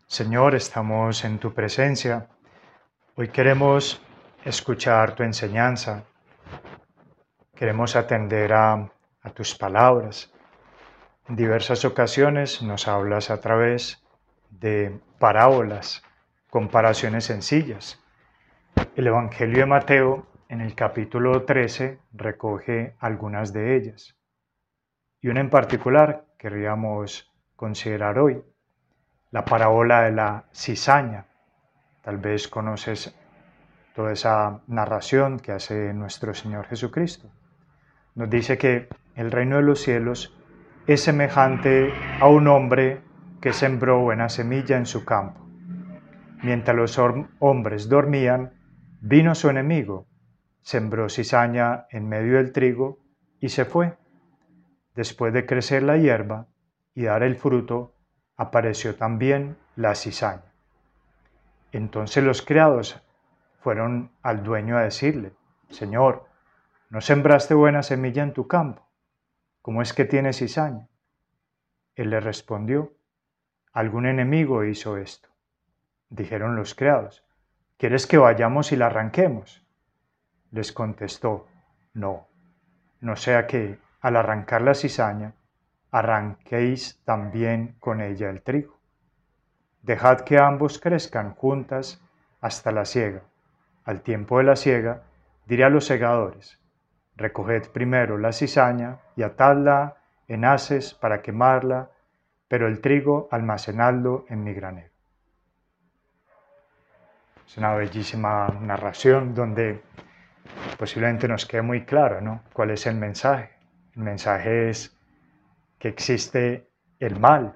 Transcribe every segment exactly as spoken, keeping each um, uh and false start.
Señor, estamos en tu presencia. Hoy queremos escuchar tu enseñanza. Queremos atender a, a tus palabras. En diversas ocasiones nos hablas a través de parábolas, comparaciones sencillas. El Evangelio de Mateo, en el capítulo trece, recoge algunas de ellas. Y una en particular querríamos considerar hoy, la parábola de la cizaña. Tal vez conoces toda esa narración que hace nuestro Señor Jesucristo. Nos dice que el reino de los cielos es semejante a un hombre que sembró buena semilla en su campo. Mientras los hombres dormían, vino su enemigo, sembró cizaña en medio del trigo y se fue. Después de crecer la hierba y dar el fruto, apareció también la cizaña. Entonces los criados fueron al dueño a decirle: Señor, ¿no sembraste buena semilla en tu campo? ¿Cómo es que tiene cizaña? Él le respondió: algún enemigo hizo esto. Dijeron los criados: ¿quieres que vayamos y la arranquemos? Les contestó: no, no sea que, al arrancar la cizaña, arranquéis también con ella el trigo. Dejad que ambos crezcan juntas hasta la siega. Al tiempo de la siega, diré a los segadores: recoged primero la cizaña y atadla en haces para quemarla, pero el trigo almacenadlo en mi granero. Es una bellísima narración donde posiblemente nos quede muy claro, ¿no?, cuál es el mensaje. El mensaje es que existe el mal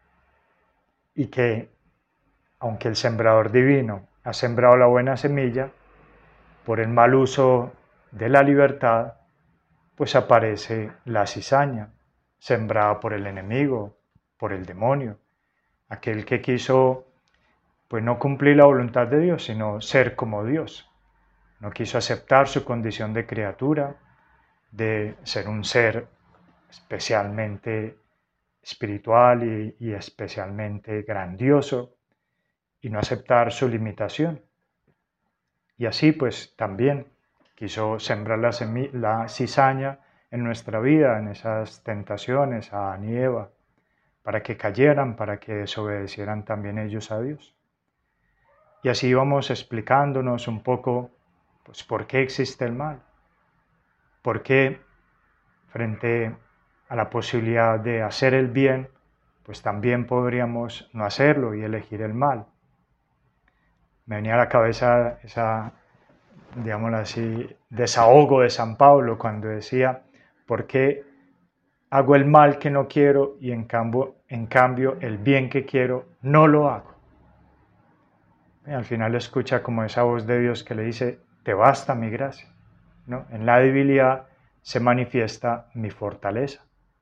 y que, aunque el sembrador divino ha sembrado la buena semilla, por el mal uso de la libertad, pues aparece la cizaña, sembrada por el enemigo, por el demonio, aquel que quiso, pues, no cumplir la voluntad de Dios, sino ser como Dios. No quiso aceptar su condición de criatura, de ser un ser especialmente espiritual y, y especialmente grandioso, y no aceptar su limitación. Y así pues también quiso sembrar la, la cizaña en nuestra vida, en esas tentaciones a Adán y Eva, para que cayeran, para que desobedecieran también ellos a Dios. Y así vamos explicándonos un poco, pues, por qué existe el mal, por qué frente a la posibilidad de hacer el bien, pues también podríamos no hacerlo y elegir el mal. Me venía a la cabeza esa, digámoslo así, desahogo de San Pablo cuando decía: ¿por qué hago el mal que no quiero y en cambio, en cambio el bien que quiero no lo hago? Y al final escucha como esa voz de Dios que le dice: te basta mi gracia, ¿no? En la debilidad se manifiesta mi fortaleza.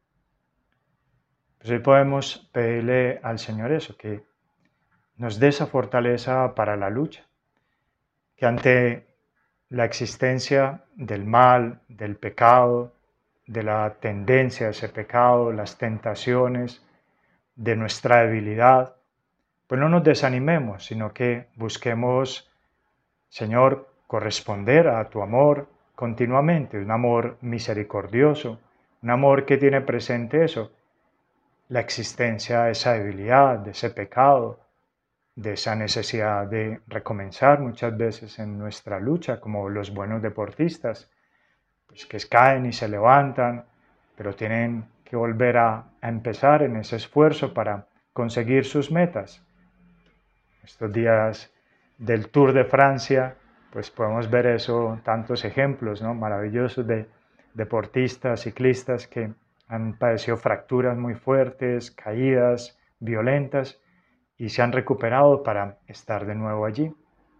Pues hoy podemos pedirle al Señor eso, que nos dé esa fortaleza para la lucha, que ante la existencia del mal, del pecado, de la tendencia a ese pecado, las tentaciones, de nuestra debilidad, pues no nos desanimemos, sino que busquemos, Señor, corresponder a tu amor continuamente, un amor misericordioso, un amor que tiene presente eso, la existencia de esa debilidad, de ese pecado, de esa necesidad de recomenzar muchas veces en nuestra lucha, como los buenos deportistas, pues que caen y se levantan, pero tienen que volver a, a empezar en ese esfuerzo para conseguir sus metas. Estos días del Tour de Francia, pues podemos ver eso, tantos ejemplos, ¿no?, maravillosos de deportistas, ciclistas que han padecido fracturas muy fuertes, caídas violentas, y se han recuperado para estar de nuevo allí.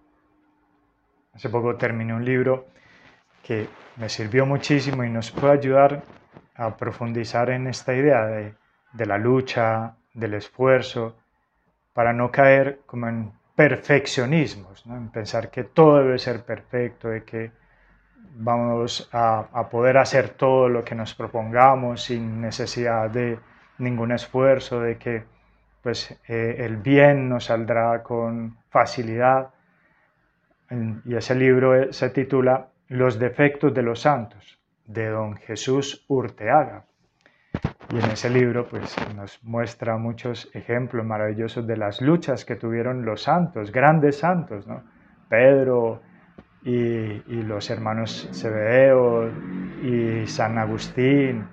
Hace poco terminé un libro que me sirvió muchísimo y nos puede ayudar a profundizar en esta idea de, de la lucha, del esfuerzo, para no caer como en perfeccionismos, ¿no?, en pensar que todo debe ser perfecto, de que vamos a, a poder hacer todo lo que nos propongamos sin necesidad de ningún esfuerzo, de que pues eh, el bien nos saldrá con facilidad. Y ese libro se titula Los defectos de los santos, de don Jesús Urteaga. Y en ese libro pues, nos muestra muchos ejemplos maravillosos de las luchas que tuvieron los santos, grandes santos, ¿no? Pedro y, y los hermanos Zebedeo y San Agustín.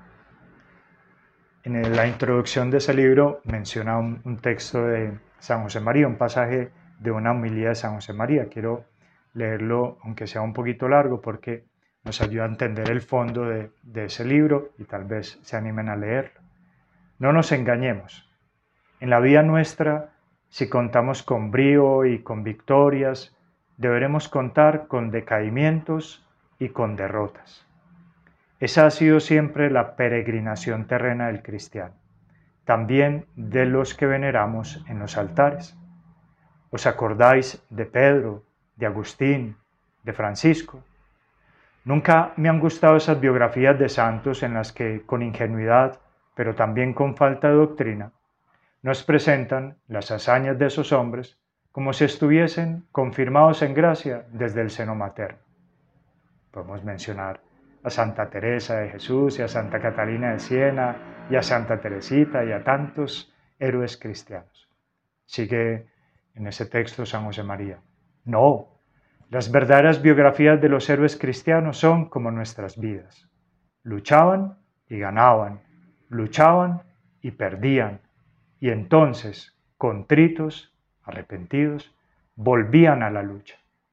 En la introducción de ese libro menciona un, un texto de San José María, un pasaje de una homilía de San José María. Quiero leerlo, aunque sea un poquito largo, porque nos ayuda a entender el fondo de, de ese libro y tal vez se animen a leerlo. No nos engañemos. En la vida nuestra, si contamos con brío y con victorias, deberemos contar con decaimientos y con derrotas. Esa ha sido siempre la peregrinación terrena del cristiano, también de los que veneramos en los altares. ¿Os acordáis de Pedro, de Agustín, de Francisco? Nunca me han gustado esas biografías de santos en las que, con ingenuidad, pero también con falta de doctrina, nos presentan las hazañas de esos hombres como si estuviesen confirmados en gracia desde el seno materno. Podemos mencionar a Santa Teresa de Jesús y a Santa Catalina de Siena y a Santa Teresita y a tantos héroes cristianos. Sigue en ese texto San José María. No, las verdaderas biografías de los héroes cristianos son como nuestras vidas. Luchaban y ganaban, luchaban y perdían, y entonces, contritos, arrepentidos, volvían a la lucha.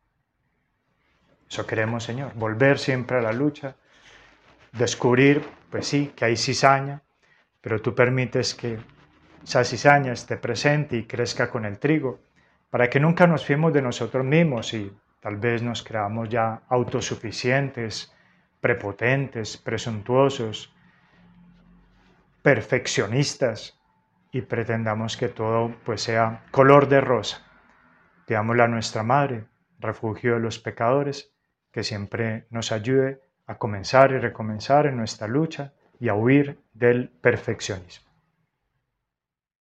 Eso queremos, Señor, volver siempre a la lucha, descubrir, pues sí, que hay cizaña, pero tú permites que esa cizaña esté presente y crezca con el trigo, para que nunca nos fiemos de nosotros mismos y tal vez nos creamos ya autosuficientes, prepotentes, presuntuosos, perfeccionistas y pretendamos que todo pues sea color de rosa. Pidámosle a nuestra Madre, refugio de los pecadores, que siempre nos ayude a comenzar y recomenzar en nuestra lucha y a huir del perfeccionismo.